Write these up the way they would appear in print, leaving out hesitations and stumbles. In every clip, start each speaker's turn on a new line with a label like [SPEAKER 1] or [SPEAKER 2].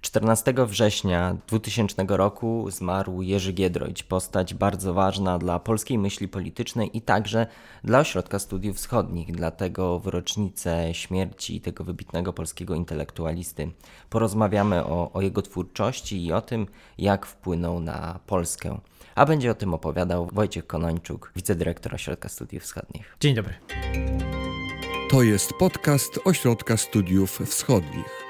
[SPEAKER 1] 14 września 2000 roku zmarł Jerzy Giedroyć, postać bardzo ważna dla polskiej myśli politycznej i także dla Ośrodka Studiów Wschodnich. Dlatego w rocznicę śmierci tego wybitnego polskiego intelektualisty porozmawiamy o jego twórczości i o tym, jak wpłynął na Polskę. A będzie o tym opowiadał Wojciech Konończuk, wicedyrektor Ośrodka Studiów Wschodnich.
[SPEAKER 2] Dzień dobry.
[SPEAKER 3] To jest podcast Ośrodka Studiów Wschodnich.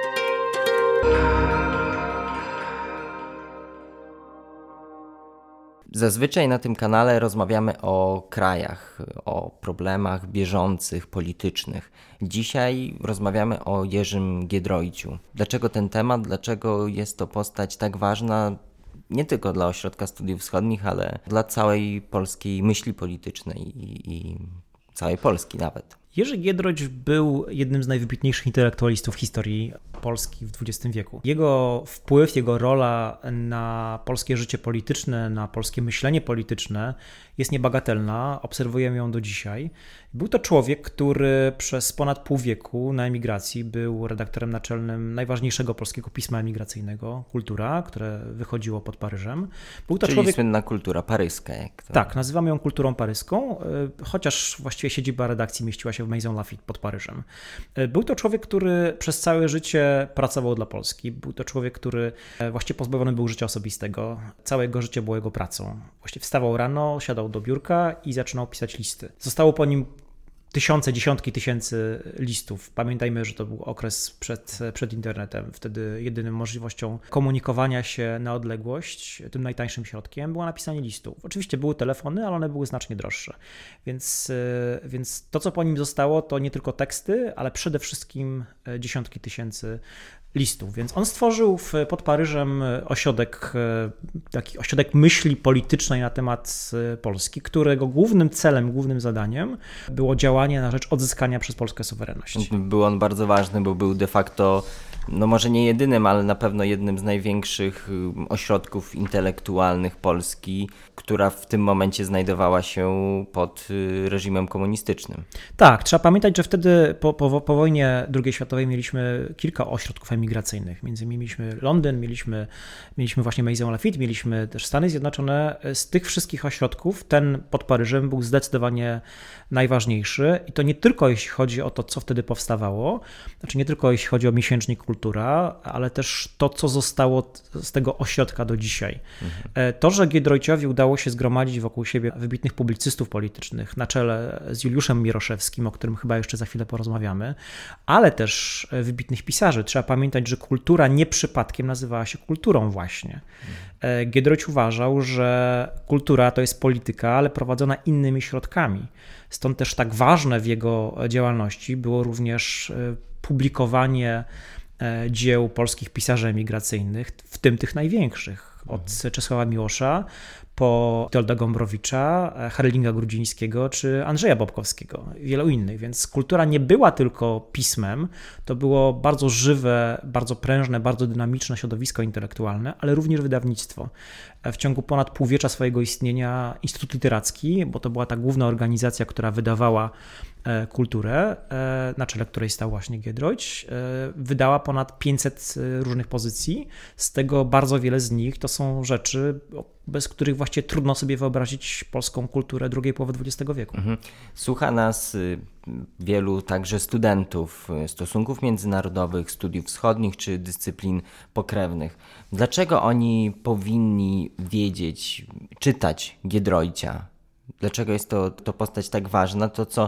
[SPEAKER 1] Zazwyczaj na tym kanale rozmawiamy o krajach, o problemach bieżących, politycznych. Dzisiaj rozmawiamy o Jerzym Giedroyciu. Dlaczego ten temat, dlaczego jest to postać tak ważna nie tylko dla Ośrodka Studiów Wschodnich, ale dla całej polskiej myśli politycznej i całej Polski nawet.
[SPEAKER 2] Jerzy Giedroyć był jednym z najwybitniejszych intelektualistów w historii Polski w XX wieku. Jego wpływ, jego rola na polskie życie polityczne, na polskie myślenie polityczne jest niebagatelna. Obserwujemy ją do dzisiaj. Był to człowiek, który przez ponad pół wieku na emigracji był redaktorem naczelnym najważniejszego polskiego pisma emigracyjnego, Kultura, które wychodziło pod Paryżem. Był to
[SPEAKER 1] Czyli słynna Kultura paryska. Jak to...
[SPEAKER 2] Tak, nazywamy ją Kulturą paryską, chociaż właściwie siedziba redakcji mieściła się w Maison Lafitte pod Paryżem. Był to człowiek, który przez całe życie pracował dla Polski. Był to człowiek, który właściwie pozbawiony był życia osobistego. Całe jego życie było jego pracą. Właściwie wstawał rano, siadał do biurka i zaczynał pisać listy. Zostało po nim tysiące, dziesiątki tysięcy listów. Pamiętajmy, że to był okres przed internetem. Wtedy jedyną możliwością komunikowania się na odległość, tym najtańszym środkiem, było napisanie listów. Oczywiście były telefony, ale one były znacznie droższe. Więc to, co po nim zostało, to nie tylko teksty, ale przede wszystkim dziesiątki tysięcy listów. Więc on stworzył pod Paryżem taki ośrodek myśli politycznej na temat Polski, którego głównym celem, głównym zadaniem było działanie na rzecz odzyskania przez Polskę suwerenności.
[SPEAKER 1] Był on bardzo ważny, bo był de facto, no może nie jedynym, ale na pewno jednym z największych ośrodków intelektualnych Polski, która w tym momencie znajdowała się pod reżimem komunistycznym.
[SPEAKER 2] Tak, trzeba pamiętać, że wtedy po wojnie II światowej mieliśmy kilka ośrodków emigracyjnych. Między innymi mieliśmy Londyn, mieliśmy właśnie Maison Lafitte, mieliśmy też Stany Zjednoczone. Z tych wszystkich ośrodków ten pod Paryżem był zdecydowanie najważniejszy i to nie tylko jeśli chodzi o to, co wtedy powstawało, znaczy nie tylko jeśli chodzi o miesięcznik Kultura, ale też to, co zostało z tego ośrodka do dzisiaj. To, że Giedroyciowi udało się zgromadzić wokół siebie wybitnych publicystów politycznych, na czele z Juliuszem Mieroszewskim, o którym chyba jeszcze za chwilę porozmawiamy, ale też wybitnych pisarzy. Trzeba pamiętać, że kultura nie przypadkiem nazywała się kulturą właśnie. Giedroyć uważał, że kultura to jest polityka, ale prowadzona innymi środkami. Stąd też tak ważne w jego działalności było również publikowanie dzieł polskich pisarzy emigracyjnych, w tym tych największych, od Czesława Miłosza po Witolda Gombrowicza, Herlinga Grudzińskiego czy Andrzeja Bobkowskiego i wielu innych. Więc kultura nie była tylko pismem, to było bardzo żywe, bardzo prężne, bardzo dynamiczne środowisko intelektualne, ale również wydawnictwo. W ciągu ponad półwiecza swojego istnienia Instytut Literacki, bo to była ta główna organizacja, która wydawała kulturę, na czele której stał właśnie Giedroyć, wydała ponad 500 różnych pozycji. Z tego bardzo wiele z nich to są rzeczy, bez których właściwie trudno sobie wyobrazić polską kulturę drugiej połowy XX wieku.
[SPEAKER 1] Słucha nas wielu także studentów stosunków międzynarodowych, studiów wschodnich czy dyscyplin pokrewnych. Dlaczego oni powinni wiedzieć, czytać Giedroycia? Dlaczego jest to postać tak ważna? To, co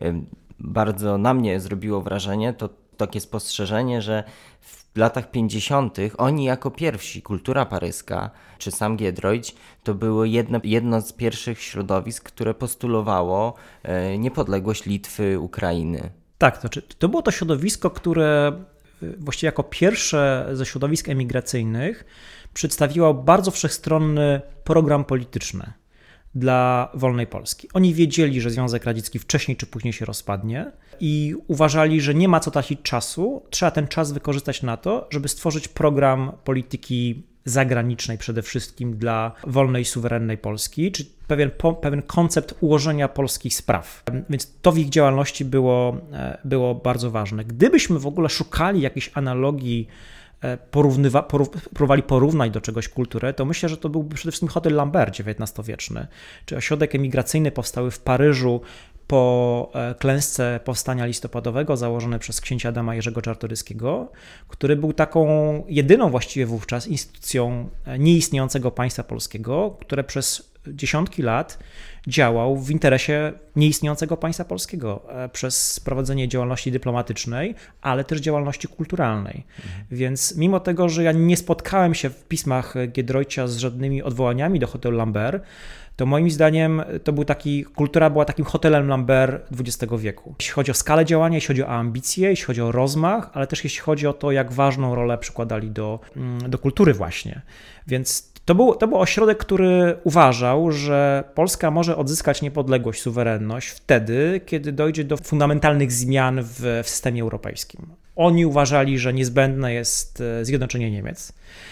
[SPEAKER 1] bardzo na mnie zrobiło wrażenie, to takie spostrzeżenie, że w latach 50. oni jako pierwsi, Kultura paryska czy sam Giedroyć, to było jedno z pierwszych środowisk, które postulowało niepodległość Litwy, Ukrainy.
[SPEAKER 2] Tak, to było to środowisko, które właściwie jako pierwsze ze środowisk emigracyjnych przedstawiło bardzo wszechstronny program polityczny dla wolnej Polski. Oni wiedzieli, że Związek Radziecki wcześniej czy później się rozpadnie i uważali, że nie ma co tracić czasu, trzeba ten czas wykorzystać na to, żeby stworzyć program polityki zagranicznej przede wszystkim dla wolnej, suwerennej Polski, czy pewien koncept ułożenia polskich spraw. Więc to w ich działalności było bardzo ważne. Gdybyśmy w ogóle szukali jakiejś analogii próbowali porównać do czegoś kulturę, to myślę, że to byłby przede wszystkim Hotel Lambert XIX-wieczny, czy ośrodek emigracyjny powstały w Paryżu po klęsce powstania listopadowego założone przez księcia Adama Jerzego Czartoryskiego, który był taką jedyną właściwie wówczas instytucją nieistniejącego państwa polskiego, które przez dziesiątki lat działał w interesie nieistniejącego państwa polskiego przez prowadzenie działalności dyplomatycznej, ale też działalności kulturalnej. Więc mimo tego, że ja nie spotkałem się w pismach Giedroycia z żadnymi odwołaniami do Hotelu Lambert, to moim zdaniem kultura była takim hotelem Lambert XX wieku. Jeśli chodzi o skalę działania, jeśli chodzi o ambicje, jeśli chodzi o rozmach, ale też jeśli chodzi o to, jak ważną rolę przykładali do kultury właśnie. Więc to był ośrodek, który uważał, że Polska może odzyskać niepodległość, suwerenność wtedy, kiedy dojdzie do fundamentalnych zmian w systemie europejskim. Oni uważali, że niezbędne jest zjednoczenie Niemiec.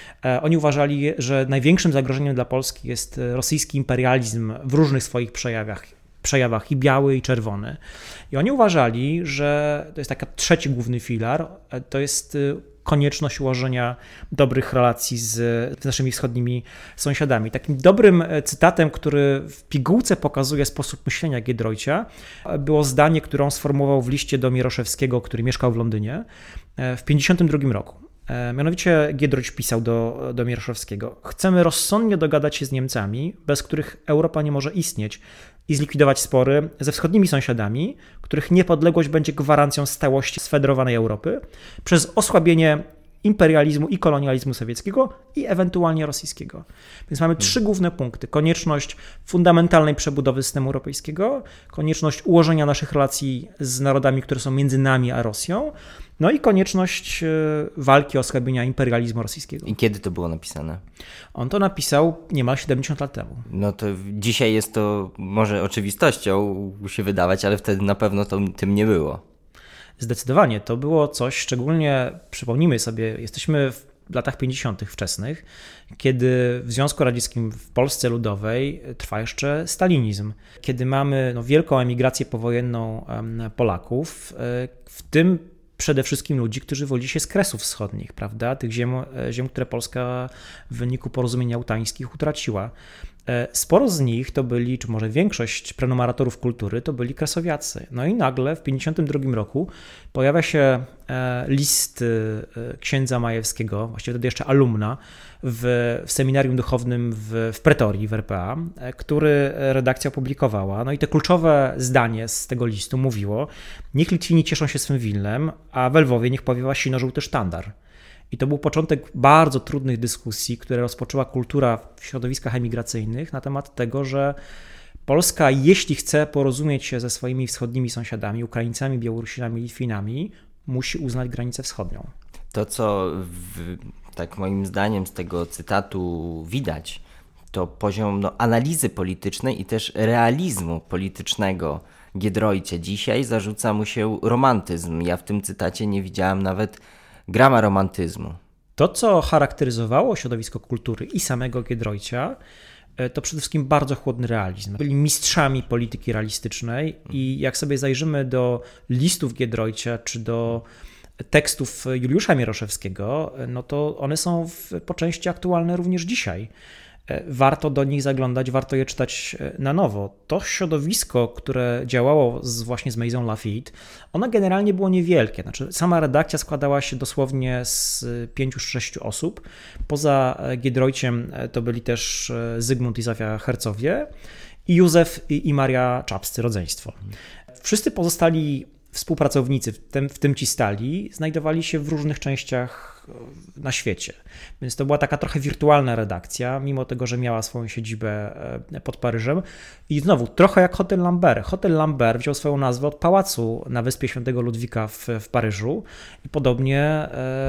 [SPEAKER 2] Oni uważali, że największym zagrożeniem dla Polski jest rosyjski imperializm w różnych swoich przejawach i biały, i czerwony. I oni uważali, że to jest taki trzeci główny filar, to jest konieczność ułożenia dobrych relacji z naszymi wschodnimi sąsiadami. Takim dobrym cytatem, który w pigułce pokazuje sposób myślenia Giedroycia, było zdanie, które on sformułował w liście do Mieroszewskiego, który mieszkał w Londynie w 1952 roku. Mianowicie Giedroyć pisał do Mieroszewskiego: chcemy rozsądnie dogadać się z Niemcami, bez których Europa nie może istnieć, i zlikwidować spory ze wschodnimi sąsiadami, których niepodległość będzie gwarancją stałości sfederowanej Europy, przez osłabienie imperializmu i kolonializmu sowieckiego i ewentualnie rosyjskiego. Więc mamy trzy główne punkty. Konieczność fundamentalnej przebudowy systemu europejskiego, konieczność ułożenia naszych relacji z narodami, które są między nami a Rosją, no i konieczność walki o osłabienia imperializmu rosyjskiego.
[SPEAKER 1] I kiedy to było napisane?
[SPEAKER 2] On to napisał niemal 70 lat temu.
[SPEAKER 1] No to dzisiaj jest to może oczywistością się wydawać, ale wtedy na pewno tym nie było.
[SPEAKER 2] Zdecydowanie. To było coś, szczególnie przypomnijmy sobie, jesteśmy w latach 50. wczesnych, kiedy w Związku Radzieckim w Polsce Ludowej trwa jeszcze stalinizm. Kiedy mamy wielką emigrację powojenną Polaków, w tym przede wszystkim ludzi, którzy wywodzi się z Kresów Wschodnich, prawda? Tych ziem, które Polska w wyniku porozumień jałtańskich utraciła. Sporo z nich to byli, czy może większość prenumeratorów kultury to byli kresowiacy. No i nagle w 1952 roku pojawia się list księdza Majewskiego, właściwie wtedy jeszcze alumna, w seminarium duchownym w Pretorii, w RPA, który redakcja opublikowała. No i te kluczowe zdanie z tego listu mówiło: niech Litwini cieszą się swym Wilnem, a we Lwowie niech powiewa sino-żółty sztandar. I to był początek bardzo trudnych dyskusji, które rozpoczęła kultura w środowiskach emigracyjnych na temat tego, że Polska, jeśli chce porozumieć się ze swoimi wschodnimi sąsiadami, Ukraińcami, Białorusinami, Litwinami, musi uznać granicę wschodnią.
[SPEAKER 1] To, co tak moim zdaniem z tego cytatu widać, to poziom analizy politycznej i też realizmu politycznego Giedroycia. Dzisiaj zarzuca mu się romantyzm. Ja w tym cytacie nie widziałem nawet grama romantyzmu.
[SPEAKER 2] To, co charakteryzowało środowisko kultury i samego Giedroycia, to przede wszystkim bardzo chłodny realizm. Byli mistrzami polityki realistycznej i jak sobie zajrzymy do listów Giedroycia czy do tekstów Juliusza Mieroszewskiego, no to one są po części aktualne również dzisiaj. Warto do nich zaglądać, warto je czytać na nowo. To środowisko, które działało właśnie z Maison Lafitte, ono generalnie było niewielkie. Znaczy, sama redakcja składała się dosłownie z 5-6 osób. Poza Giedroyciem to byli też Zygmunt i Zofia Hercowie i Józef i Maria Czapscy, rodzeństwo. Wszyscy pozostali współpracownicy, w tym ci stali, znajdowali się w różnych częściach na świecie. Więc to była taka trochę wirtualna redakcja, mimo tego, że miała swoją siedzibę pod Paryżem. I znowu, trochę jak Hotel Lambert. Hotel Lambert wziął swoją nazwę od pałacu na Wyspie Świętego Ludwika w Paryżu i podobnie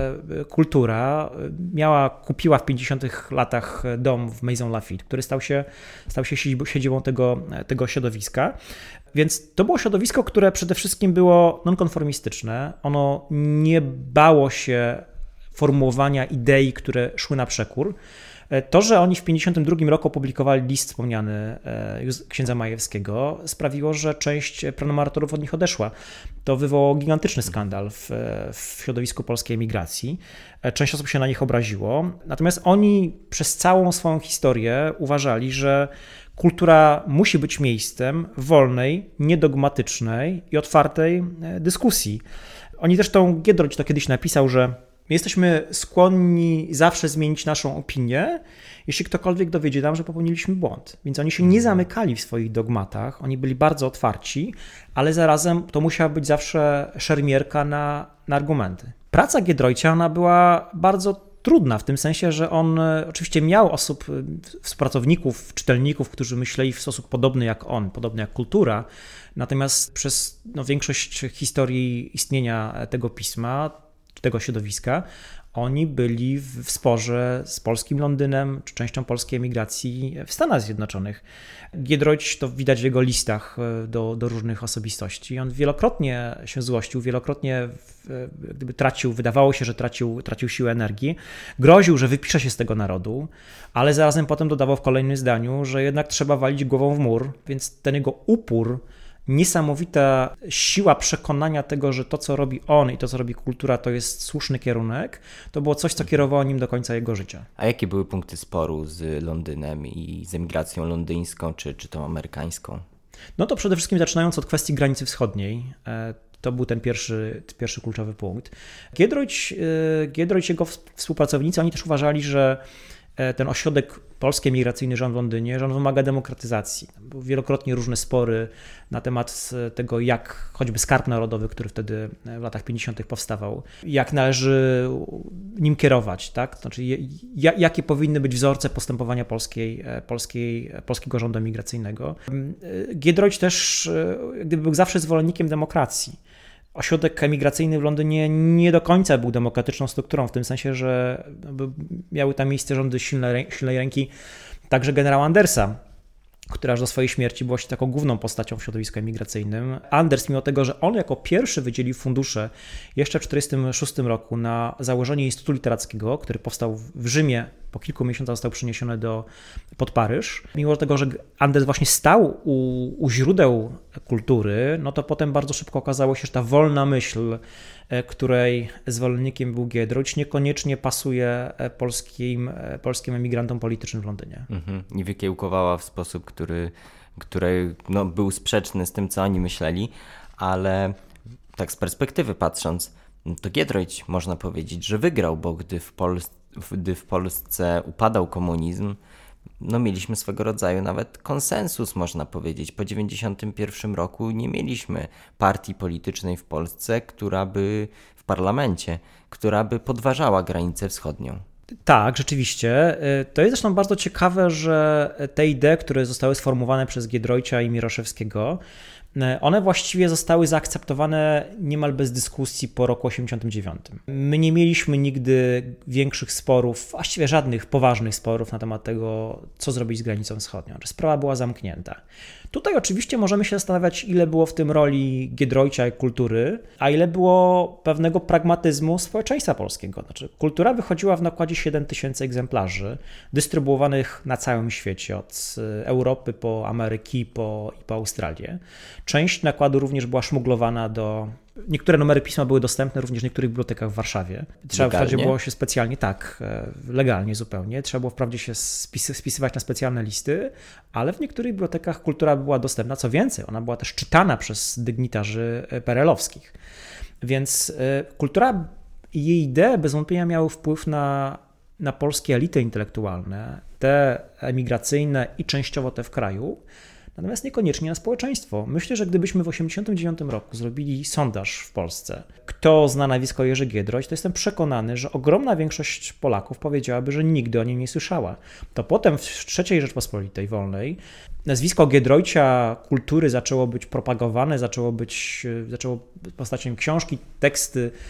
[SPEAKER 2] kultura kupiła w 50 latach dom w Maison Lafitte, który stał się siedzibą tego środowiska. Więc to było środowisko, które przede wszystkim było nonkonformistyczne. Ono nie bało się formułowania idei, które szły na przekór. To, że oni w 1952 roku opublikowali list wspomniany księdza Majewskiego, sprawiło, że część prenumeratorów od nich odeszła. To wywołało gigantyczny skandal w środowisku polskiej emigracji. Część osób się na nich obraziło. Natomiast oni przez całą swoją historię uważali, że kultura musi być miejscem wolnej, niedogmatycznej i otwartej dyskusji. Oni zresztą, Giedroyć to kiedyś napisał, że jesteśmy skłonni zawsze zmienić naszą opinię, jeśli ktokolwiek dowiedzie nam, że popełniliśmy błąd. Więc oni się nie zamykali w swoich dogmatach, oni byli bardzo otwarci, ale zarazem to musiała być zawsze szermierka na argumenty. Praca Giedroycia, ona była bardzo trudna w tym sensie, że on oczywiście miał osób, współpracowników, czytelników, którzy myśleli w sposób podobny jak on, podobny jak kultura, natomiast przez większość historii istnienia tego pisma, tego środowiska, oni byli w sporze z polskim Londynem, czy częścią polskiej emigracji w Stanach Zjednoczonych. Giedroyć, to widać w jego listach do różnych osobistości. On wielokrotnie się złościł, wielokrotnie gdyby wydawało się, że tracił siłę energii. Groził, że wypisze się z tego narodu, ale zarazem potem dodawał w kolejnym zdaniu, że jednak trzeba walić głową w mur, więc ten jego upór, niesamowita siła przekonania tego, że to, co robi on i to, co robi kultura, to jest słuszny kierunek, to było coś, co kierowało nim do końca jego życia.
[SPEAKER 1] A jakie były punkty sporu z Londynem i z emigracją londyńską, czy tą amerykańską?
[SPEAKER 2] No to przede wszystkim zaczynając od kwestii granicy wschodniej. To był ten pierwszy kluczowy punkt. Giedroyć, jego współpracownicy, oni też uważali, że ten ośrodek polski emigracyjny, że on w Londynie, że on wymaga demokratyzacji. Były wielokrotnie różne spory na temat tego, jak choćby Skarb Narodowy, który wtedy w latach 50. powstawał, jak należy nim kierować, tak? Znaczy, jakie powinny być wzorce postępowania polskiego rządu emigracyjnego. Giedroyć też był zawsze zwolennikiem demokracji. Ośrodek emigracyjny w Londynie nie do końca był demokratyczną strukturą, w tym sensie, że miały tam miejsce rządy silnej ręki także generała Andersa, która aż do swojej śmierci była taką główną postacią w środowisku emigracyjnym. Anders, mimo tego, że on jako pierwszy wydzielił fundusze jeszcze w 1946 roku na założenie Instytutu Literackiego, który powstał w Rzymie, po kilku miesiącach został przeniesiony pod Paryż. Mimo tego, że Anders właśnie stał u źródeł kultury, no to potem bardzo szybko okazało się, że ta wolna myśl, której zwolennikiem był Giedroyć, niekoniecznie pasuje polskim emigrantom politycznym w Londynie.
[SPEAKER 1] I wykiełkowała w sposób, który był sprzeczny z tym, co oni myśleli, ale tak z perspektywy patrząc, to Giedroyć można powiedzieć, że wygrał, bo gdy w Polsce upadał komunizm, mieliśmy swego rodzaju nawet konsensus, można powiedzieć. Po 1991 roku nie mieliśmy partii politycznej w Polsce, w parlamencie, która by podważała granicę wschodnią.
[SPEAKER 2] Tak, rzeczywiście. To jest zresztą bardzo ciekawe, że te idee, które zostały sformułowane przez Giedroycia i Miroszewskiego, one właściwie zostały zaakceptowane niemal bez dyskusji po roku 1989. My nie mieliśmy nigdy większych sporów, właściwie żadnych poważnych sporów na temat tego, co zrobić z granicą wschodnią. Sprawa była zamknięta. Tutaj oczywiście możemy się zastanawiać, ile było w tym roli Giedroycia i kultury, a ile było pewnego pragmatyzmu społeczeństwa polskiego. Znaczy, kultura wychodziła w nakładzie 7 000 egzemplarzy, dystrybuowanych na całym świecie, od Europy po Ameryki i po Australię. Część nakładu również była szmuglowana Niektóre numery pisma były dostępne również w niektórych bibliotekach w Warszawie. Trzeba wprawdzie było się specjalnie, legalnie zupełnie, trzeba było wprawdzie się spisywać na specjalne listy, ale w niektórych bibliotekach kultura była dostępna. Co więcej, ona była też czytana przez dygnitarzy PRL-owskich. Więc kultura i jej idee bez wątpienia miały wpływ na polskie elity intelektualne, te emigracyjne i częściowo te w kraju, natomiast niekoniecznie na społeczeństwo. Myślę, że gdybyśmy w 1989 roku zrobili sondaż w Polsce, kto zna nazwisko Jerzy Giedroyć, to jestem przekonany, że ogromna większość Polaków powiedziałaby, że nigdy o nim nie słyszała. To potem w III Rzeczpospolitej Wolnej nazwisko Giedroycia kultury zaczęło być propagowane, zaczęło postacią książki, teksty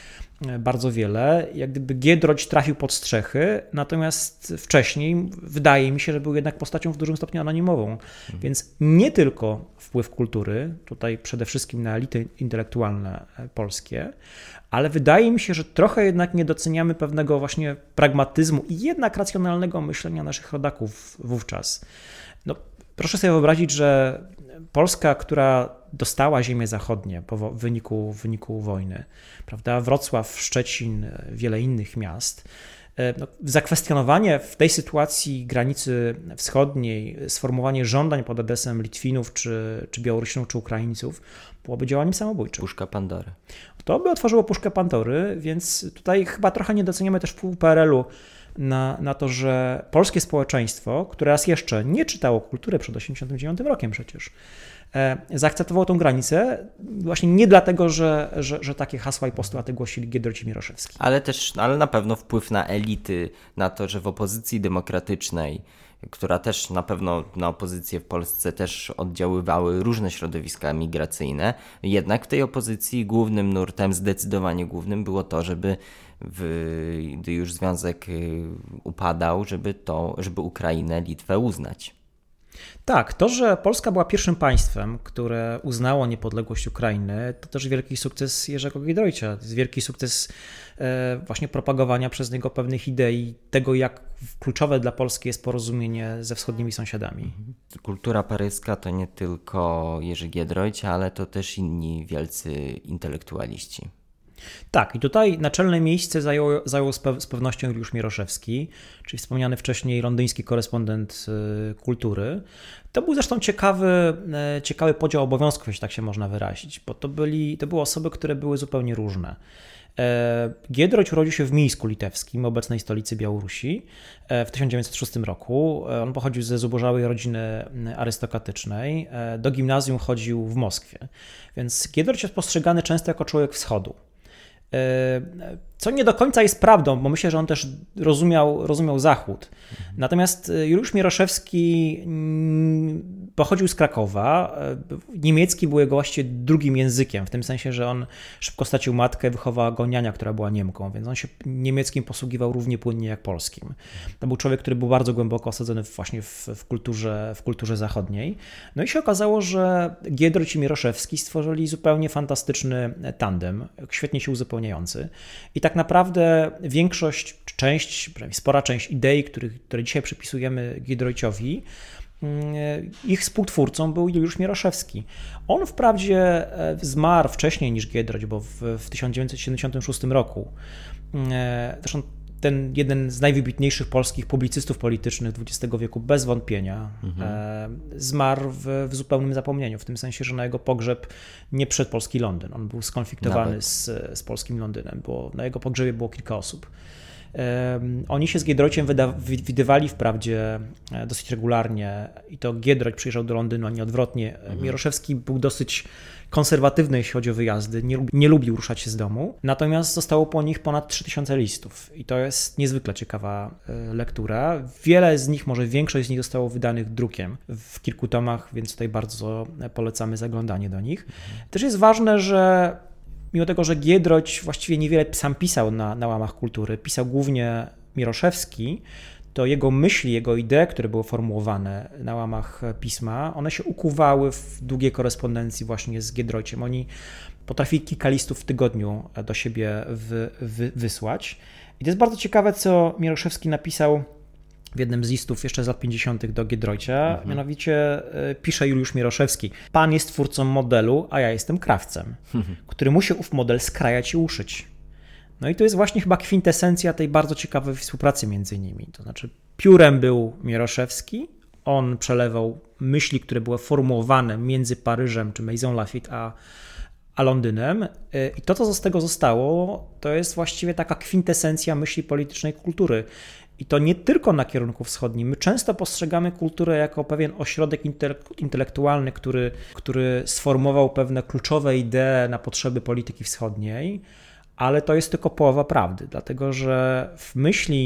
[SPEAKER 2] bardzo wiele. Jak gdyby Giedroyć trafił pod strzechy, natomiast wcześniej wydaje mi się, że był jednak postacią w dużym stopniu anonimową. Więc nie tylko wpływ kultury, tutaj przede wszystkim na elity intelektualne polskie, ale wydaje mi się, że trochę jednak nie doceniamy pewnego właśnie pragmatyzmu i jednak racjonalnego myślenia naszych rodaków wówczas. No, proszę sobie wyobrazić, że Polska, która dostała ziemie zachodnie w wyniku wojny, prawda? Wrocław, Szczecin, wiele innych miast. No, zakwestionowanie w tej sytuacji granicy wschodniej, sformułowanie żądań pod adresem Litwinów, czy Białorusinów, czy Ukraińców byłoby działaniem samobójczym.
[SPEAKER 1] Puszka Pandory.
[SPEAKER 2] To by otworzyło puszkę Pandory, więc tutaj chyba trochę nie doceniamy też wpływu PRL-u na to, że polskie społeczeństwo, które raz jeszcze nie czytało kultury przed 1989 rokiem przecież, zaakceptowało tą granicę właśnie nie dlatego, że takie hasła i postulaty głosili Giedroyć i Mieroszewski.
[SPEAKER 1] Ale na pewno wpływ na elity, na to, że w opozycji demokratycznej, która też na pewno na opozycję w Polsce też oddziaływały różne środowiska migracyjne, jednak w tej opozycji głównym nurtem, zdecydowanie głównym było to, żeby gdy już związek upadał, żeby Ukrainę, Litwę uznać.
[SPEAKER 2] Tak, to, że Polska była pierwszym państwem, które uznało niepodległość Ukrainy, to też wielki sukces Jerzego Giedroycia. To jest wielki sukces właśnie propagowania przez niego pewnych idei, tego jak kluczowe dla Polski jest porozumienie ze wschodnimi sąsiadami. Kultura
[SPEAKER 1] paryska to nie tylko Jerzy Giedroyć, ale to też inni wielcy intelektualiści.
[SPEAKER 2] Tak, i tutaj naczelne miejsce zajął z pewnością Juliusz Mieroszewski, czyli wspomniany wcześniej londyński korespondent kultury. To był zresztą ciekawy podział obowiązków, jeśli tak się można wyrazić, bo to były osoby, które były zupełnie różne. Giedroyć urodził się w Mińsku Litewskim, obecnej stolicy Białorusi, w 1906 roku. On pochodził ze zubożałej rodziny arystokratycznej. Do gimnazjum chodził w Moskwie, więc Giedroyć jest postrzegany często jako człowiek wschodu. Co nie do końca jest prawdą, bo myślę, że on też rozumiał Zachód. Natomiast Juliusz Mieroszewski pochodził z Krakowa. Niemiecki był jego właściwie drugim językiem, w tym sensie, że on szybko stracił matkę, wychowała go niania, która była Niemką, więc on się niemieckim posługiwał równie płynnie jak polskim. To był człowiek, który był bardzo głęboko osadzony właśnie w kulturze zachodniej. No i się okazało, że Giedroyć i Mieroszewski stworzyli zupełnie fantastyczny tandem, świetnie się uzupełniający. I tak naprawdę spora część idei, które dzisiaj przypisujemy Giedroyciowi, ich współtwórcą był Juliusz Mieroszewski. On wprawdzie zmarł wcześniej niż Giedroyć, bo w 1976 roku. Zresztą ten jeden z najwybitniejszych polskich publicystów politycznych XX wieku, bez wątpienia, zmarł w zupełnym zapomnieniu, w tym sensie, że na jego pogrzeb nie przyszedł polski Londyn. On był skonfliktowany z polskim Londynem, bo na jego pogrzebie było kilka osób. Oni się z Giedroyciem widywali wprawdzie dosyć regularnie i to Giedroyć przyjeżdżał do Londynu, a nie odwrotnie. Mieroszewski był dosyć konserwatywny, jeśli chodzi o wyjazdy, nie lubił ruszać się z domu, natomiast zostało po nich ponad 3000 listów i to jest niezwykle ciekawa lektura. Wiele z nich, może większość z nich zostało wydanych drukiem w kilku tomach, więc tutaj bardzo polecamy zaglądanie do nich. Też jest ważne, że mimo tego, że Giedroyć właściwie niewiele sam pisał na łamach kultury, pisał głównie Mieroszewski, to jego myśli, jego idee, które były formułowane na łamach pisma, one się ukuwały w długiej korespondencji właśnie z Giedroyciem. Oni potrafili kilka listów w tygodniu do siebie wysłać. I to jest bardzo ciekawe, co Mieroszewski napisał w jednym z listów jeszcze z lat 50. do Giedroycia, mianowicie pisze Juliusz Mieroszewski: Pan jest twórcą modelu, a ja jestem krawcem, który musi ów model skrajać i uszyć. No i to jest właśnie chyba kwintesencja tej bardzo ciekawej współpracy między nimi. To znaczy piórem był Mieroszewski, on przelewał myśli, które były formułowane między Paryżem czy Maison Lafitte a Londynem i to, co z tego zostało, to jest właściwie taka kwintesencja myśli politycznej kultury. I to nie tylko na kierunku wschodnim. My często postrzegamy kulturę jako pewien ośrodek intelektualny, który sformułował pewne kluczowe idee na potrzeby polityki wschodniej, ale to jest tylko połowa prawdy, dlatego że w myśli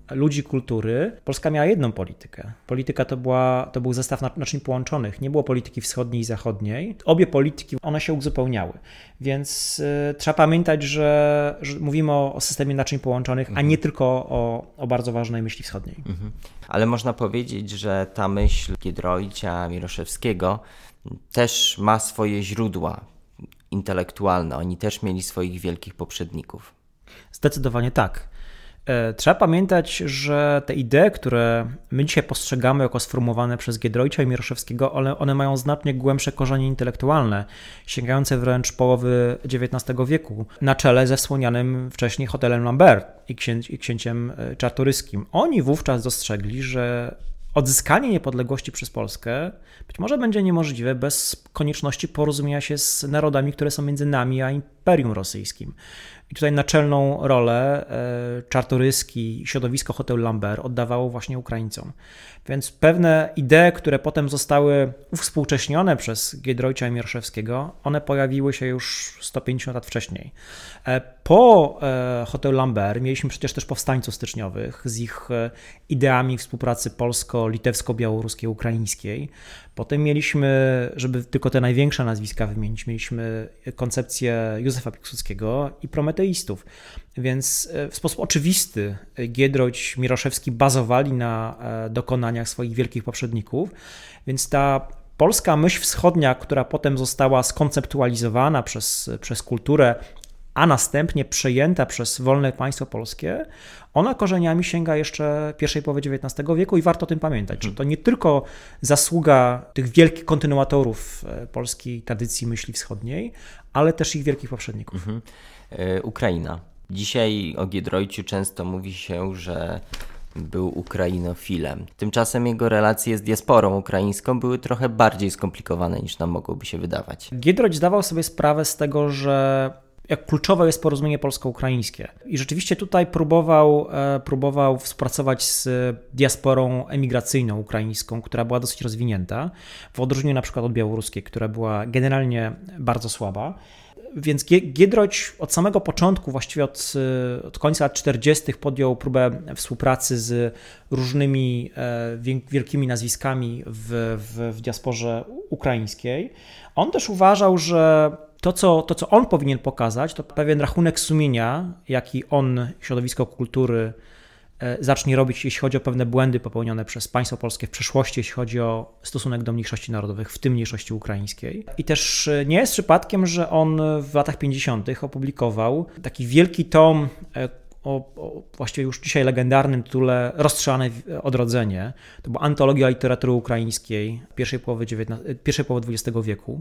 [SPEAKER 2] ludzi kultury, Polska miała jedną politykę. Polityka to był zestaw naczyń połączonych. Nie było polityki wschodniej i zachodniej. Obie polityki, one się uzupełniały. Więc trzeba pamiętać, że mówimy o systemie naczyń połączonych, a nie tylko o bardzo ważnej myśli wschodniej.
[SPEAKER 1] Ale można powiedzieć, że ta myśl Giedroycia, Miroszewskiego też ma swoje źródła intelektualne. Oni też mieli swoich wielkich poprzedników.
[SPEAKER 2] Zdecydowanie tak. Trzeba pamiętać, że te idee, które my dzisiaj postrzegamy jako sformułowane przez Giedroycia i Miroszewskiego, one mają znacznie głębsze korzenie intelektualne, sięgające wręcz połowy XIX wieku, na czele ze wspomnianym wcześniej hotelem Lambert i księciem Czartoryskim. Oni wówczas dostrzegli, że odzyskanie niepodległości przez Polskę być może będzie niemożliwe bez konieczności porozumienia się z narodami, które są między nami a Imperium Rosyjskim. I tutaj naczelną rolę Czartoryski i środowisko hotelu Lambert oddawało właśnie Ukraińcom. Więc pewne idee, które potem zostały uwspółcześnione przez Giedroycia i Miroszewskiego, one pojawiły się już 150 lat wcześniej. Po hotelu Lambert mieliśmy przecież też powstańców styczniowych z ich ideami współpracy polsko-litewsko-białoruskiej, ukraińskiej. Potem mieliśmy, żeby tylko te największe nazwiska wymienić, mieliśmy koncepcję Józefa Piłsudskiego i prometeistów. Więc w sposób oczywisty Giedroyć, Miroszewski bazowali na dokonaniach swoich wielkich poprzedników, więc ta polska myśl wschodnia, która potem została skonceptualizowana przez kulturę, a następnie przejęta przez wolne państwo polskie, ona korzeniami sięga jeszcze pierwszej połowy XIX wieku i warto o tym pamiętać, że to nie tylko zasługa tych wielkich kontynuatorów polskiej tradycji myśli wschodniej, ale też ich wielkich poprzedników.
[SPEAKER 1] Ukraina. Dzisiaj o Giedroyciu często mówi się, że był ukrainofilem. Tymczasem jego relacje z diasporą ukraińską były trochę bardziej skomplikowane niż nam mogłoby się wydawać.
[SPEAKER 2] Giedroyć zdawał sobie sprawę z tego, że jak kluczowe jest porozumienie polsko-ukraińskie. I rzeczywiście tutaj próbował współpracować z diasporą emigracyjną ukraińską, która była dosyć rozwinięta, w odróżnieniu na przykład od białoruskiej, która była generalnie bardzo słaba. Więc Giedroyć od samego początku, właściwie od końca lat 40. podjął próbę współpracy z różnymi wielkimi nazwiskami w diasporze ukraińskiej. On też uważał, że to, co on powinien pokazać, to pewien rachunek sumienia, jaki on, środowisko kultury, zacznie robić, jeśli chodzi o pewne błędy popełnione przez państwo polskie w przeszłości, jeśli chodzi o stosunek do mniejszości narodowych, w tym mniejszości ukraińskiej. I też nie jest przypadkiem, że on w latach 50. opublikował taki wielki tom o właściwie już dzisiaj legendarnym tytule Rozstrzane odrodzenie. To była antologia literatury ukraińskiej pierwszej połowy XX wieku,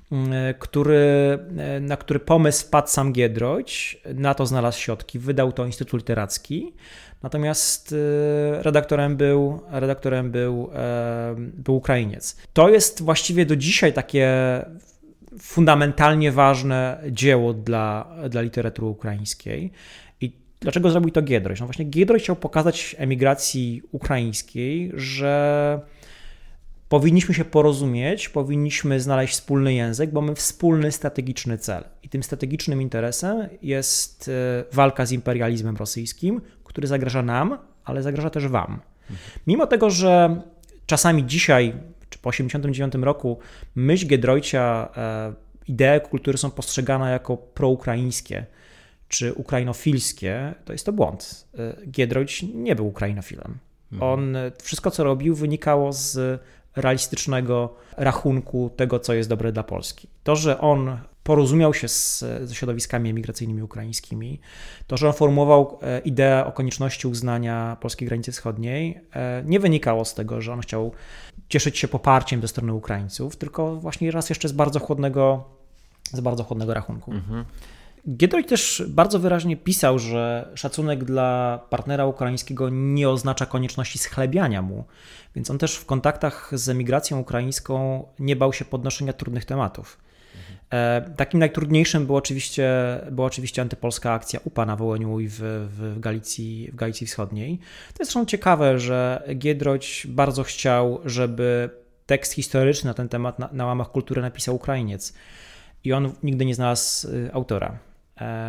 [SPEAKER 2] na który pomysł wpadł sam Giedroyć, na to znalazł środki, wydał to Instytut Literacki, natomiast redaktorem był Ukrainiec. To jest właściwie do dzisiaj takie fundamentalnie ważne dzieło dla literatury ukraińskiej. Dlaczego zrobił to Giedroyć? No właśnie Giedroyć chciał pokazać emigracji ukraińskiej, że powinniśmy się porozumieć, powinniśmy znaleźć wspólny język, bo mamy wspólny strategiczny cel. I tym strategicznym interesem jest walka z imperializmem rosyjskim, który zagraża nam, ale zagraża też wam. Mimo tego, że czasami dzisiaj, czy po 1989 roku, myśl Giedroycia, idee kultury są postrzegane jako proukraińskie, czy ukrainofilskie, to jest to błąd. Giedroyć nie był ukrainofilem. On, wszystko co robił, wynikało z realistycznego rachunku tego, co jest dobre dla Polski. To, że on porozumiał się ze środowiskami emigracyjnymi ukraińskimi, to, że on formułował ideę o konieczności uznania polskiej granicy wschodniej, nie wynikało z tego, że on chciał cieszyć się poparciem ze strony Ukraińców, tylko właśnie raz jeszcze z bardzo chłodnego rachunku. Giedroyć też bardzo wyraźnie pisał, że szacunek dla partnera ukraińskiego nie oznacza konieczności schlebiania mu, więc on też w kontaktach z emigracją ukraińską nie bał się podnoszenia trudnych tematów. Takim najtrudniejszym była oczywiście antypolska akcja UPA na Wołyniu i w Galicji Wschodniej. To jest zresztą ciekawe, że Giedroyć bardzo chciał, żeby tekst historyczny na ten temat na łamach kultury napisał Ukrainiec i on nigdy nie znalazł autora.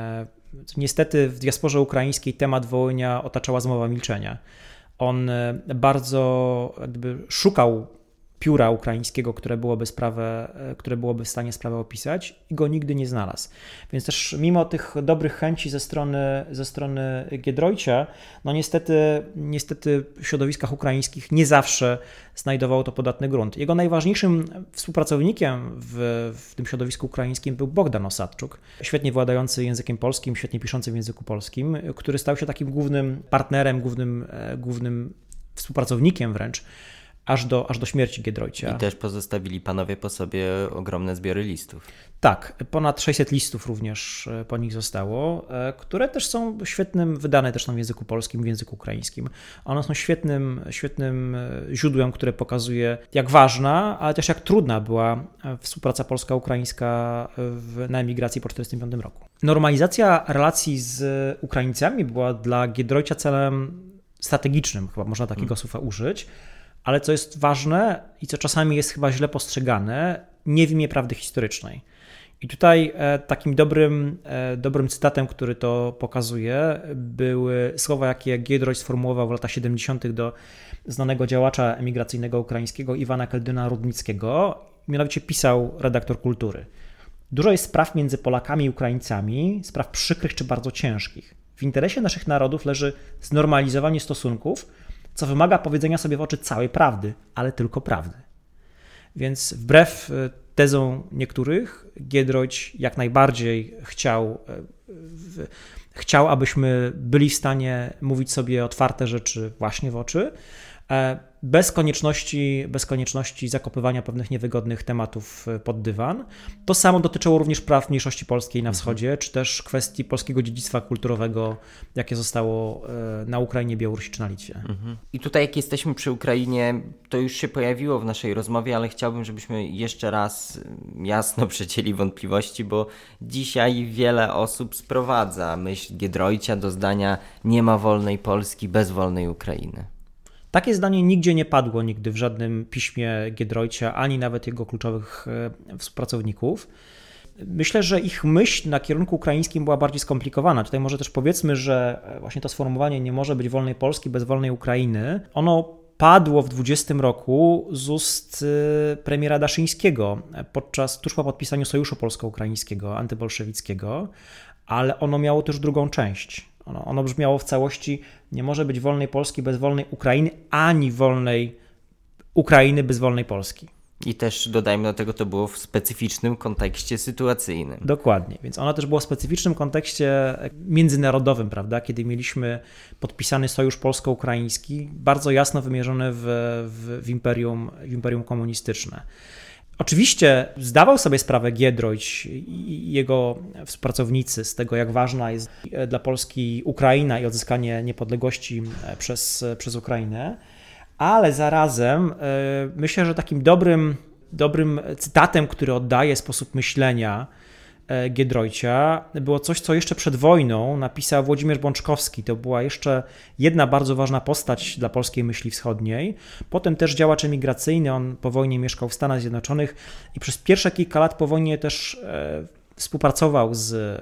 [SPEAKER 2] Niestety w diasporze ukraińskiej temat Wołynia otaczała zmowa milczenia. On bardzo szukał pióra ukraińskiego, które byłoby w stanie sprawę opisać i go nigdy nie znalazł. Więc też mimo tych dobrych chęci ze strony Giedroycia, no niestety w środowiskach ukraińskich nie zawsze znajdowało to podatny grunt. Jego najważniejszym współpracownikiem w tym środowisku ukraińskim był Bogdan Osadczuk, świetnie władający językiem polskim, świetnie piszący w języku polskim, który stał się takim głównym partnerem, głównym współpracownikiem wręcz, aż do śmierci Giedroycia.
[SPEAKER 1] I też pozostawili panowie po sobie ogromne zbiory listów.
[SPEAKER 2] Tak, ponad 600 listów również po nich zostało, które też są wydane też w języku polskim, w języku ukraińskim. One są świetnym źródłem, które pokazuje, jak ważna, ale też jak trudna była współpraca polsko-ukraińska na emigracji po 1945 roku. Normalizacja relacji z Ukraińcami była dla Giedroycia celem strategicznym, chyba można takiego słowa użyć, ale co jest ważne i co czasami jest chyba źle postrzegane, nie w imię prawdy historycznej. I tutaj takim dobrym cytatem, który to pokazuje, były słowa, jakie Giedroyć sformułował w latach 70. do znanego działacza emigracyjnego ukraińskiego Iwana Keldyna-Rudnickiego. Mianowicie pisał redaktor Kultury. Dużo jest spraw między Polakami i Ukraińcami, spraw przykrych czy bardzo ciężkich. W interesie naszych narodów leży znormalizowanie stosunków, co wymaga powiedzenia sobie w oczy całej prawdy, ale tylko prawdy. Więc wbrew tezom niektórych, Giedroyć jak najbardziej chciał, abyśmy byli w stanie mówić sobie otwarte rzeczy właśnie w oczy, bez konieczności zakopywania pewnych niewygodnych tematów pod dywan. To samo dotyczyło również praw mniejszości polskiej na wschodzie, czy też kwestii polskiego dziedzictwa kulturowego, jakie zostało na Ukrainie, Białorusi czy na Litwie.
[SPEAKER 1] I tutaj jak jesteśmy przy Ukrainie, to już się pojawiło w naszej rozmowie, ale chciałbym, żebyśmy jeszcze raz jasno przecięli wątpliwości, bo dzisiaj wiele osób sprowadza myśl Giedroycia do zdania: nie ma wolnej Polski bez wolnej Ukrainy.
[SPEAKER 2] Takie zdanie nigdzie nie padło w żadnym piśmie Giedroycia, ani nawet jego kluczowych współpracowników. Myślę, że ich myśl na kierunku ukraińskim była bardziej skomplikowana. Tutaj może też powiedzmy, że właśnie to sformułowanie "nie może być wolnej Polski bez wolnej Ukrainy", ono padło w 2020 roku z ust premiera Daszyńskiego tuż po podpisaniu Sojuszu Polsko-Ukraińskiego, antybolszewickiego, ale ono miało też drugą część. Ono brzmiało w całości: nie może być wolnej Polski bez wolnej Ukrainy, ani wolnej Ukrainy bez wolnej Polski.
[SPEAKER 1] I też dodajmy do tego, to było w specyficznym kontekście sytuacyjnym.
[SPEAKER 2] Dokładnie, więc ono też było w specyficznym kontekście międzynarodowym, prawda? Kiedy mieliśmy podpisany Sojusz Polsko-Ukraiński, bardzo jasno wymierzony w imperium komunistyczne. Oczywiście zdawał sobie sprawę Giedroyć i jego współpracownicy z tego, jak ważna jest dla Polski Ukraina i odzyskanie niepodległości przez Ukrainę, ale zarazem myślę, że takim dobrym cytatem, który oddaje sposób myślenia Giedroycia, było coś, co jeszcze przed wojną napisał Włodzimierz Bączkowski. To była jeszcze jedna bardzo ważna postać dla polskiej myśli wschodniej. Potem też działacz emigracyjny, on po wojnie mieszkał w Stanach Zjednoczonych i przez pierwsze kilka lat po wojnie też współpracował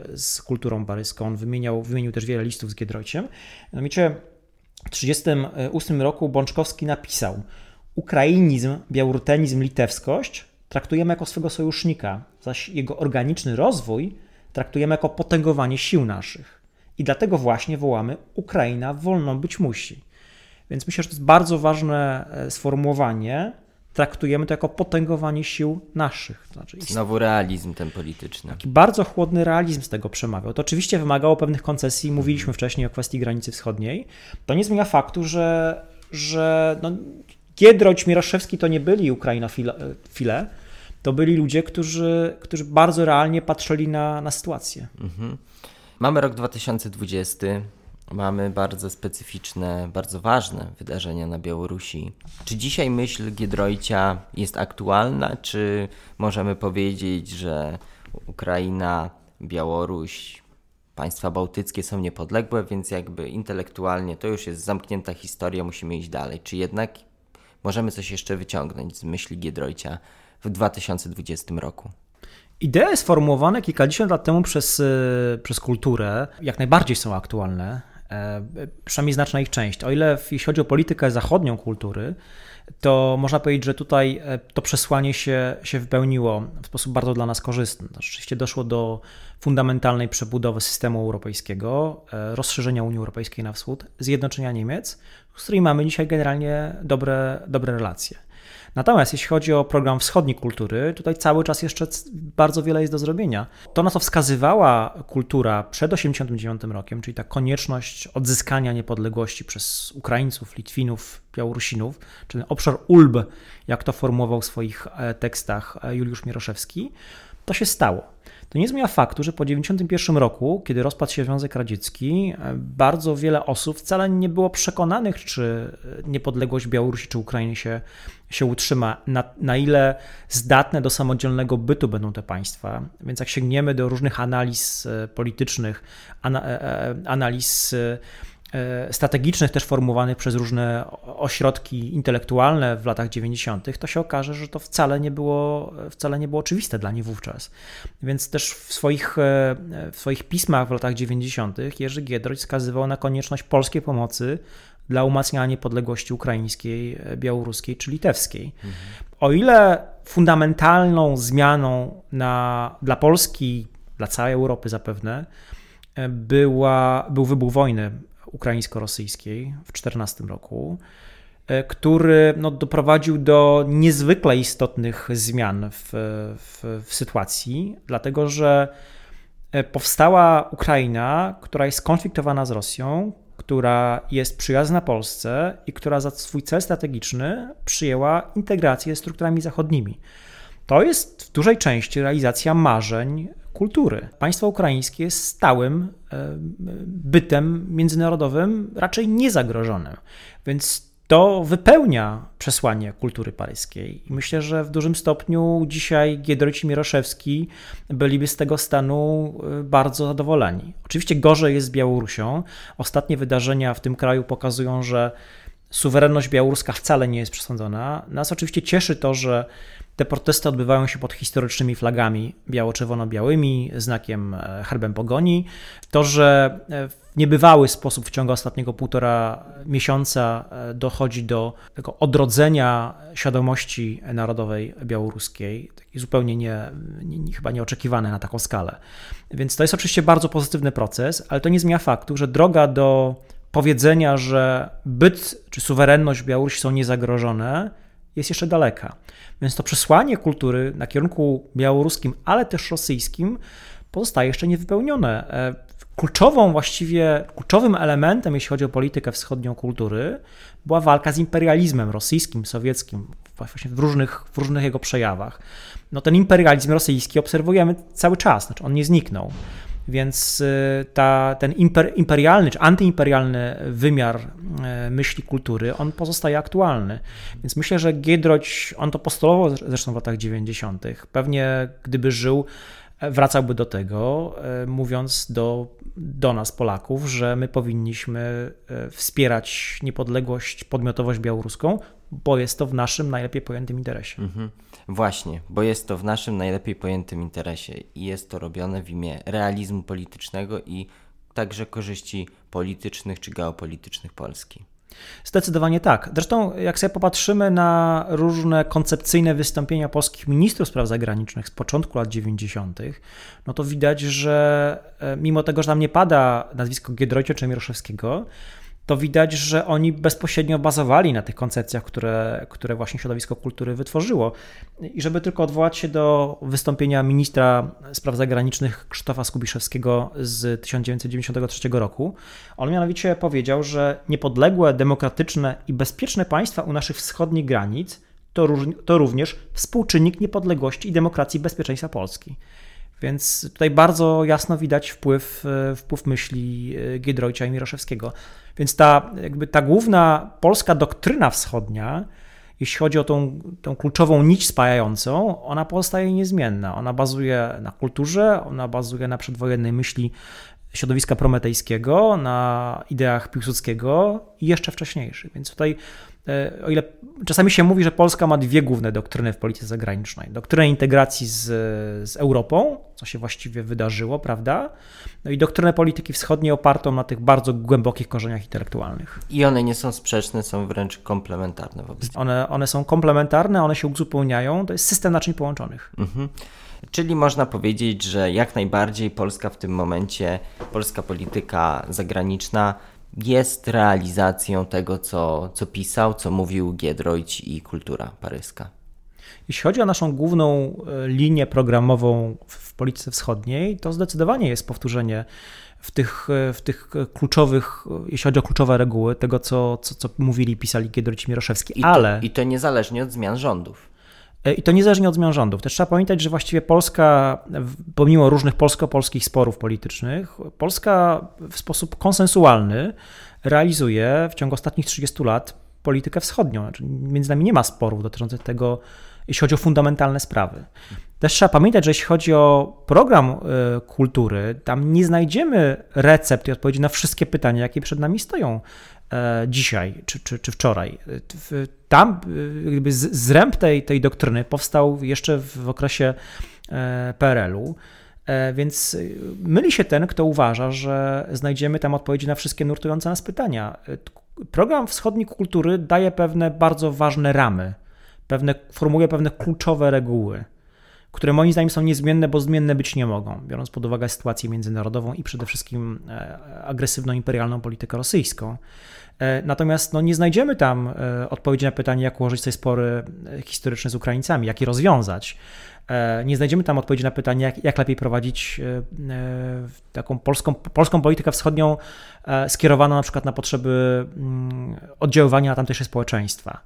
[SPEAKER 2] z kulturą paryską. On wymienił też wiele listów z Giedroyciem. Mianowicie w 1938 roku Bączkowski napisał: ukrainizm, białorutenizm, litewskość traktujemy jako swego sojusznika, zaś jego organiczny rozwój traktujemy jako potęgowanie sił naszych. I dlatego właśnie wołamy: Ukraina wolną być musi. Więc myślę, że to jest bardzo ważne sformułowanie. Traktujemy to jako potęgowanie sił naszych.
[SPEAKER 1] Znowu realizm ten polityczny.
[SPEAKER 2] Taki bardzo chłodny realizm z tego przemawiał. To oczywiście wymagało pewnych koncesji. Mówiliśmy wcześniej o kwestii granicy wschodniej. To nie zmienia faktu, że Giedroyć, Mieroszewski to nie byli ukrainofile. To byli ludzie, którzy bardzo realnie patrzyli na sytuację.
[SPEAKER 1] Mamy rok 2020. Mamy bardzo specyficzne, bardzo ważne wydarzenia na Białorusi. Czy dzisiaj myśl Giedroycia jest aktualna, czy możemy powiedzieć, że Ukraina, Białoruś, państwa bałtyckie są niepodległe, więc jakby intelektualnie to już jest zamknięta historia, musimy iść dalej? Czy jednak możemy coś jeszcze wyciągnąć z myśli Giedroycia w 2020 roku?
[SPEAKER 2] Idee sformułowane kilkadziesiąt lat temu przez kulturę jak najbardziej są aktualne, przynajmniej znaczna ich część. O ile jeśli chodzi o politykę zachodnią kultury, to można powiedzieć, że tutaj to przesłanie się wypełniło w sposób bardzo dla nas korzystny. Rzeczywiście doszło do fundamentalnej przebudowy systemu europejskiego, rozszerzenia Unii Europejskiej na wschód, zjednoczenia Niemiec, z którymi mamy dzisiaj generalnie dobre relacje. Natomiast jeśli chodzi o program wschodniej kultury, tutaj cały czas jeszcze bardzo wiele jest do zrobienia. To, na co wskazywała kultura przed 1989 rokiem, czyli ta konieczność odzyskania niepodległości przez Ukraińców, Litwinów, Białorusinów, czyli obszar Ulb, jak to formułował w swoich tekstach Juliusz Mieroszewski, to się stało. To nie zmienia faktu, że po 1991 roku, kiedy rozpadł się Związek Radziecki, bardzo wiele osób wcale nie było przekonanych, czy niepodległość Białorusi czy Ukrainy się utrzyma, na ile zdatne do samodzielnego bytu będą te państwa. Więc jak sięgniemy do różnych analiz politycznych, analiz strategicznych też formułowanych przez różne ośrodki intelektualne w latach 90., to się okaże, że to wcale nie było oczywiste dla nich wówczas. Więc też w swoich pismach w latach 90. Jerzy Giedroyć wskazywał na konieczność polskiej pomocy dla umacniania niepodległości ukraińskiej, białoruskiej czy litewskiej. O ile fundamentalną zmianą dla Polski, dla całej Europy zapewne, był wybuch wojny ukraińsko-rosyjskiej w 2014 roku, który doprowadził do niezwykle istotnych zmian w sytuacji, dlatego że powstała Ukraina, która jest skonfliktowana z Rosją, która jest przyjazna Polsce i która za swój cel strategiczny przyjęła integrację z strukturami zachodnimi. To jest w dużej części realizacja marzeń kultury. Państwo ukraińskie jest stałym bytem międzynarodowym, raczej niezagrożonym, więc to wypełnia przesłanie kultury paryskiej. I myślę, że w dużym stopniu dzisiaj Giedroyć i Mieroszewski byliby z tego stanu bardzo zadowoleni. Oczywiście gorzej jest z Białorusią. Ostatnie wydarzenia w tym kraju pokazują, że suwerenność białoruska wcale nie jest przesądzona. Nas oczywiście cieszy to, że te protesty odbywają się pod historycznymi flagami biało-czerwono-białymi, znakiem herbem pogoni. To, że w niebywały sposób w ciągu ostatniego 1,5 miesiąca dochodzi do tego odrodzenia świadomości narodowej białoruskiej, zupełnie chyba nieoczekiwane na taką skalę. Więc to jest oczywiście bardzo pozytywny proces, ale to nie zmienia faktu, że droga do powiedzenia, że byt czy suwerenność Białorusi są niezagrożone, jest jeszcze daleka. Więc to przesłanie kultury na kierunku białoruskim, ale też rosyjskim pozostaje jeszcze niewypełnione. Kluczowym elementem, jeśli chodzi o politykę wschodnią kultury, była walka z imperializmem rosyjskim, sowieckim, właśnie w różnych jego przejawach. Ten imperializm rosyjski obserwujemy cały czas, znaczy on nie zniknął. Więc ten imperialny czy antyimperialny wymiar myśli kultury, on pozostaje aktualny. Więc myślę, że Giedroyć, on to postulował zresztą w latach 90. Pewnie gdyby żył, wracałby do tego, mówiąc do nas, Polaków, że my powinniśmy wspierać niepodległość, podmiotowość białoruską, bo jest to w naszym najlepiej pojętym interesie.
[SPEAKER 1] Właśnie, bo jest to w naszym najlepiej pojętym interesie i jest to robione w imię realizmu politycznego i także korzyści politycznych czy geopolitycznych Polski.
[SPEAKER 2] Zdecydowanie tak. Zresztą jak sobie popatrzymy na różne koncepcyjne wystąpienia polskich ministrów spraw zagranicznych z początku lat 90., to widać, że mimo tego, że tam nie pada nazwisko Giedroycia czy Mieroszewskiego, to widać, że oni bezpośrednio bazowali na tych koncepcjach, które właśnie środowisko kultury wytworzyło. I żeby tylko odwołać się do wystąpienia ministra spraw zagranicznych Krzysztofa Skubiszewskiego z 1993 roku, on mianowicie powiedział, że niepodległe, demokratyczne i bezpieczne państwa u naszych wschodnich granic to również współczynnik niepodległości i demokracji i bezpieczeństwa Polski. Więc tutaj bardzo jasno widać wpływ myśli Giedroycia i Mieroszewskiego. Więc ta główna polska doktryna wschodnia, jeśli chodzi o tą kluczową nić spajającą, ona pozostaje niezmienna. Ona bazuje na kulturze, ona bazuje na przedwojennej myśli środowiska prometejskiego, na ideach Piłsudskiego i jeszcze wcześniejszych. Więc tutaj, o ile czasami się mówi, że Polska ma dwie główne doktryny w polityce zagranicznej. Doktrynę integracji z Europą, co się właściwie wydarzyło, prawda? No i doktrynę polityki wschodniej opartą na tych bardzo głębokich korzeniach intelektualnych.
[SPEAKER 1] I one nie są sprzeczne, są wręcz komplementarne wobec siebie.
[SPEAKER 2] One są komplementarne, one się uzupełniają, to jest system naczyń połączonych.
[SPEAKER 1] Czyli można powiedzieć, że jak najbardziej Polska w tym momencie, polska polityka zagraniczna jest realizacją tego, co pisał, co mówił Giedroyć i kultura paryska.
[SPEAKER 2] Jeśli chodzi o naszą główną linię programową w polityce wschodniej, to zdecydowanie jest powtórzenie w tych kluczowych, jeśli chodzi o kluczowe reguły, tego, co mówili, pisali Giedroyć i Mieroszewski.
[SPEAKER 1] I to niezależnie od zmian rządów.
[SPEAKER 2] I to niezależnie od zmian rządów. Też trzeba pamiętać, że właściwie Polska, pomimo różnych polsko-polskich sporów politycznych, Polska w sposób konsensualny realizuje w ciągu ostatnich 30 lat politykę wschodnią. Znaczy, między nami nie ma sporów dotyczących tego, jeśli chodzi o fundamentalne sprawy. Też trzeba pamiętać, że jeśli chodzi o program kultury, tam nie znajdziemy recept i odpowiedzi na wszystkie pytania, jakie przed nami stoją dzisiaj czy wczoraj. Tam jakby zręb tej doktryny powstał jeszcze w okresie PRL-u, więc myli się ten, kto uważa, że znajdziemy tam odpowiedzi na wszystkie nurtujące nas pytania. Program wschodniej kultury daje pewne bardzo ważne ramy, formułuje pewne kluczowe reguły, które moim zdaniem są niezmienne, bo zmienne być nie mogą, biorąc pod uwagę sytuację międzynarodową i przede wszystkim agresywną imperialną politykę rosyjską. Natomiast nie znajdziemy tam odpowiedzi na pytanie, jak ułożyć sobie spory historyczne z Ukraińcami, jak je rozwiązać. Nie znajdziemy tam odpowiedzi na pytanie, jak lepiej prowadzić taką polską politykę wschodnią skierowaną na przykład na potrzeby oddziaływania na tamtejsze społeczeństwa.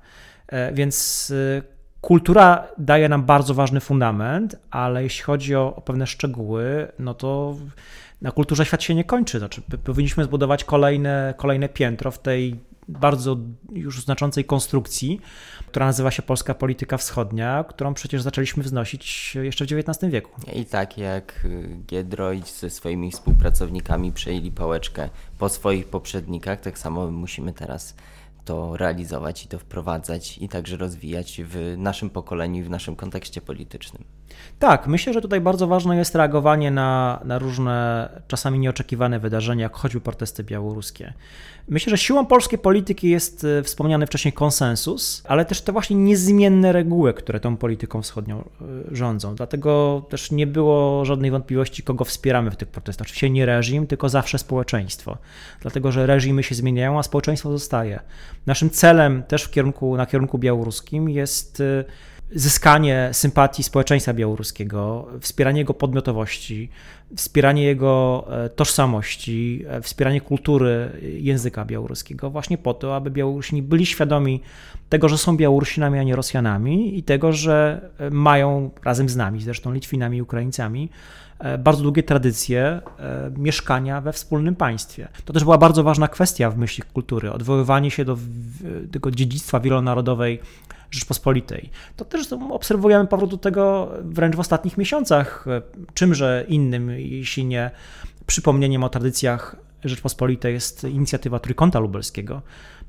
[SPEAKER 2] Więc kultura daje nam bardzo ważny fundament, ale jeśli chodzi o pewne szczegóły, no to na kulturze świat się nie kończy. Znaczy, powinniśmy zbudować kolejne piętro w tej bardzo już znaczącej konstrukcji, która nazywa się polska polityka wschodnia, którą przecież zaczęliśmy wznosić jeszcze w XIX wieku.
[SPEAKER 1] I tak jak Giedroyć ze swoimi współpracownikami przejęli pałeczkę po swoich poprzednikach, tak samo musimy teraz to realizować i to wprowadzać i także rozwijać w naszym pokoleniu i w naszym kontekście politycznym.
[SPEAKER 2] Tak, myślę, że tutaj bardzo ważne jest reagowanie na różne, czasami nieoczekiwane wydarzenia, jak choćby protesty białoruskie. Myślę, że siłą polskiej polityki jest wspomniany wcześniej konsensus, ale też te właśnie niezmienne reguły, które tą polityką wschodnią rządzą. Dlatego też nie było żadnej wątpliwości, kogo wspieramy w tych protestach. Oczywiście nie reżim, tylko zawsze społeczeństwo. Dlatego, że reżimy się zmieniają, a społeczeństwo zostaje. Naszym celem też na kierunku białoruskim jest zyskanie sympatii społeczeństwa białoruskiego, wspieranie jego podmiotowości, wspieranie jego tożsamości, wspieranie kultury języka białoruskiego, właśnie po to, aby Białorusini byli świadomi tego, że są Białorusinami, a nie Rosjanami i tego, że mają razem z nami, zresztą Litwinami i Ukraińcami, bardzo długie tradycje mieszkania we wspólnym państwie. To też była bardzo ważna kwestia w myśli kultury, odwoływanie się do tego dziedzictwa wielonarodowej Rzeczpospolitej. To też obserwujemy powrót do tego wręcz w ostatnich miesiącach. Czymże innym, jeśli nie przypomnieniem o tradycjach Rzeczpospolitej jest inicjatywa Trójkąta Lubelskiego,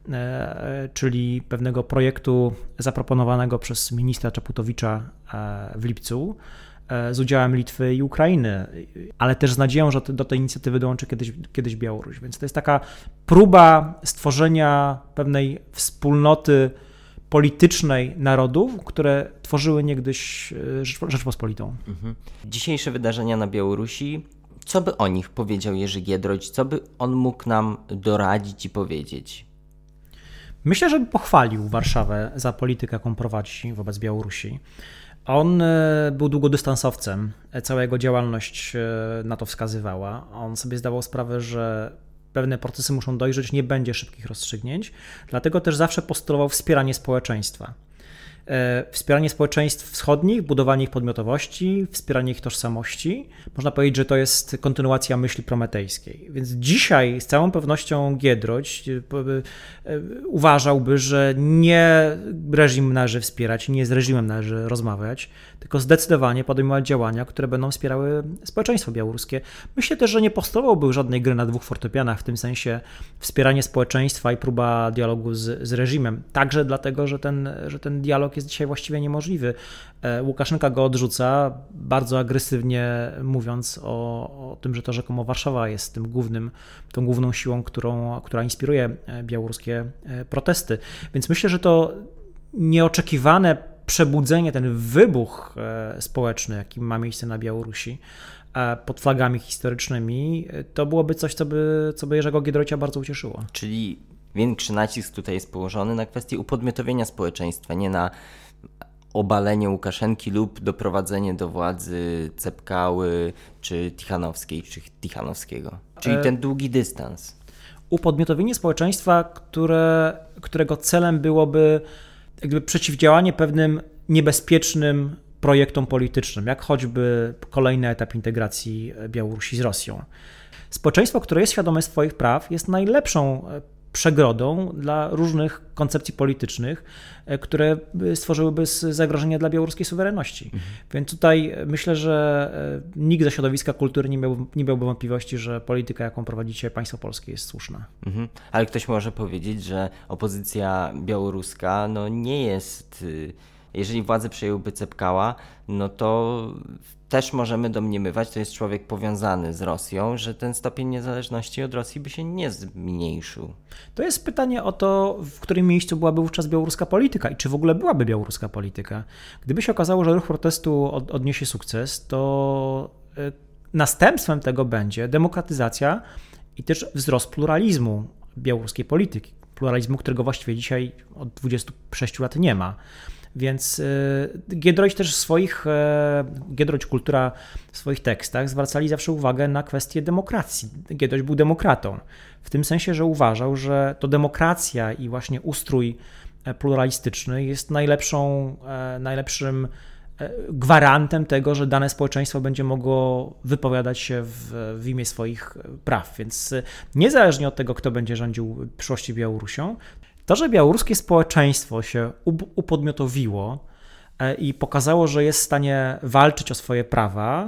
[SPEAKER 2] czyli pewnego projektu zaproponowanego przez ministra Czaputowicza w lipcu z udziałem Litwy i Ukrainy, ale też z nadzieją, że do tej inicjatywy dołączy kiedyś Białoruś. Więc to jest taka próba stworzenia pewnej wspólnoty politycznej narodów, które tworzyły niegdyś Rzeczpospolitą.
[SPEAKER 1] Dzisiejsze wydarzenia na Białorusi, co by o nich powiedział Jerzy Giedroyć, co by on mógł nam doradzić i powiedzieć?
[SPEAKER 2] Myślę, że pochwalił Warszawę za politykę, jaką prowadzi wobec Białorusi. On był długodystansowcem, cała jego działalność na to wskazywała. On sobie zdawał sprawę, że pewne procesy muszą dojrzeć, nie będzie szybkich rozstrzygnięć, dlatego też zawsze postulował wspieranie społeczeństwa. Wspieranie społeczeństw wschodnich, budowanie ich podmiotowości, wspieranie ich tożsamości. Można powiedzieć, że to jest kontynuacja myśli prometejskiej. Więc dzisiaj z całą pewnością Giedroyć uważałby, że nie reżim należy wspierać, nie z reżimem należy rozmawiać, tylko zdecydowanie podejmować działania, które będą wspierały społeczeństwo białoruskie. Myślę też, że nie postulowałby żadnej gry na dwóch fortepianach, w tym sensie wspieranie społeczeństwa i próba dialogu z reżimem. Także dlatego, że ten dialog jest dzisiaj właściwie niemożliwy. Łukaszenka go odrzuca, bardzo agresywnie mówiąc o tym, że to rzekomo Warszawa jest tą główną siłą, która inspiruje białoruskie protesty. Więc myślę, że to nieoczekiwane przebudzenie, ten wybuch społeczny, jaki ma miejsce na Białorusi pod flagami historycznymi, to byłoby coś, co by Jerzego Giedroycia bardzo ucieszyło.
[SPEAKER 1] Czyli większy nacisk tutaj jest położony na kwestię upodmiotowienia społeczeństwa, nie na obalenie Łukaszenki lub doprowadzenie do władzy Cepkały czy Tichanowskiej, czy Tichanowskiego. Czyli ten długi dystans.
[SPEAKER 2] Upodmiotowienie społeczeństwa, którego celem byłoby jakby przeciwdziałanie pewnym niebezpiecznym projektom politycznym, jak choćby kolejny etap integracji Białorusi z Rosją. Społeczeństwo, które jest świadome swoich praw, jest najlepszą przegrodą dla różnych koncepcji politycznych, które stworzyłyby zagrożenie dla białoruskiej suwerenności. Więc tutaj myślę, że nikt ze środowiska kultury nie miałby wątpliwości, że polityka, jaką prowadzi dzisiaj państwo polskie, jest słuszna.
[SPEAKER 1] Ale ktoś może powiedzieć, że opozycja białoruska nie jest... Jeżeli władzę przejąłby Cepkała, no to też możemy domniemywać, to jest człowiek powiązany z Rosją, że ten stopień niezależności od Rosji by się nie zmniejszył.
[SPEAKER 2] To jest pytanie o to, w którym miejscu byłaby wówczas białoruska polityka i czy w ogóle byłaby białoruska polityka. Gdyby się okazało, że ruch protestu odniesie sukces, to następstwem tego będzie demokratyzacja i też wzrost pluralizmu białoruskiej polityki. Pluralizmu, którego właściwie dzisiaj od 26 lat nie ma. Więc Giedroyć też Giedroyć Kultura w swoich tekstach zwracali zawsze uwagę na kwestię demokracji. Giedroyć był demokratą, w tym sensie, że uważał, że to demokracja i właśnie ustrój pluralistyczny jest najlepszym gwarantem tego, że dane społeczeństwo będzie mogło wypowiadać się w imię swoich praw. Więc niezależnie od tego, kto będzie rządził w przyszłości Białorusią, to, że białoruskie społeczeństwo się upodmiotowiło i pokazało, że jest w stanie walczyć o swoje prawa,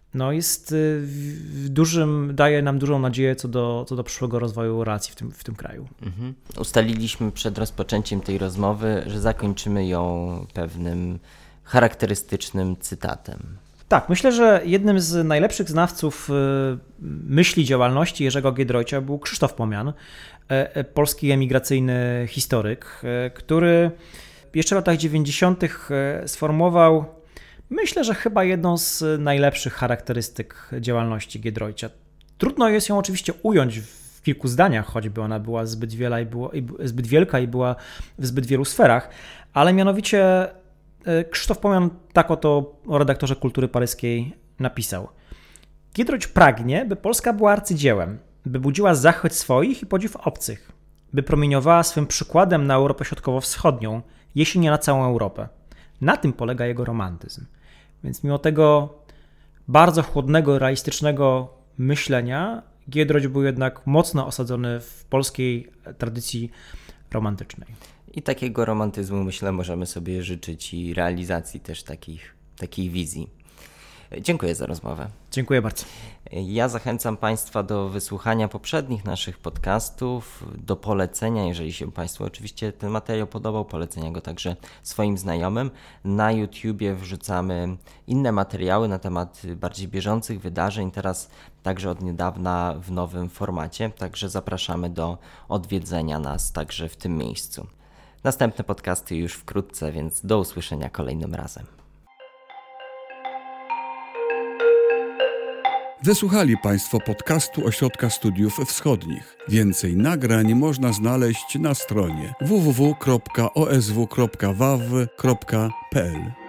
[SPEAKER 2] daje nam dużą nadzieję co do przyszłego rozwoju relacji w tym kraju.
[SPEAKER 1] Ustaliliśmy przed rozpoczęciem tej rozmowy, że zakończymy ją pewnym charakterystycznym cytatem.
[SPEAKER 2] Tak, myślę, że jednym z najlepszych znawców myśli działalności Jerzego Giedroycia był Krzysztof Pomian, polski emigracyjny historyk, który jeszcze w latach 90. sformułował, myślę, że chyba jedną z najlepszych charakterystyk działalności Giedroycia. Trudno jest ją oczywiście ująć w kilku zdaniach, choćby ona była zbyt wielka i była w zbyt wielu sferach, ale mianowicie Krzysztof Pomian tak oto o redaktorze Kultury Paryskiej napisał. Giedroyć pragnie, by Polska była arcydziełem, by budziła zachwyt swoich i podziw obcych, by promieniowała swym przykładem na Europę Środkowo-Wschodnią, jeśli nie na całą Europę. Na tym polega jego romantyzm. Więc mimo tego bardzo chłodnego, realistycznego myślenia, Giedroyć był jednak mocno osadzony w polskiej tradycji romantycznej.
[SPEAKER 1] I takiego romantyzmu, myślę, możemy sobie życzyć i realizacji też takiej wizji. Dziękuję za rozmowę.
[SPEAKER 2] Dziękuję bardzo.
[SPEAKER 1] Ja zachęcam Państwa do wysłuchania poprzednich naszych podcastów, do polecenia, jeżeli się Państwu oczywiście ten materiał podobał, polecenia go także swoim znajomym. Na YouTubie wrzucamy inne materiały na temat bardziej bieżących wydarzeń, teraz także od niedawna w nowym formacie, także zapraszamy do odwiedzenia nas także w tym miejscu. Następne podcasty już wkrótce, więc do usłyszenia kolejnym razem.
[SPEAKER 3] Wysłuchali Państwo podcastu Ośrodka Studiów Wschodnich. Więcej nagrań można znaleźć na stronie www.osw.waw.pl.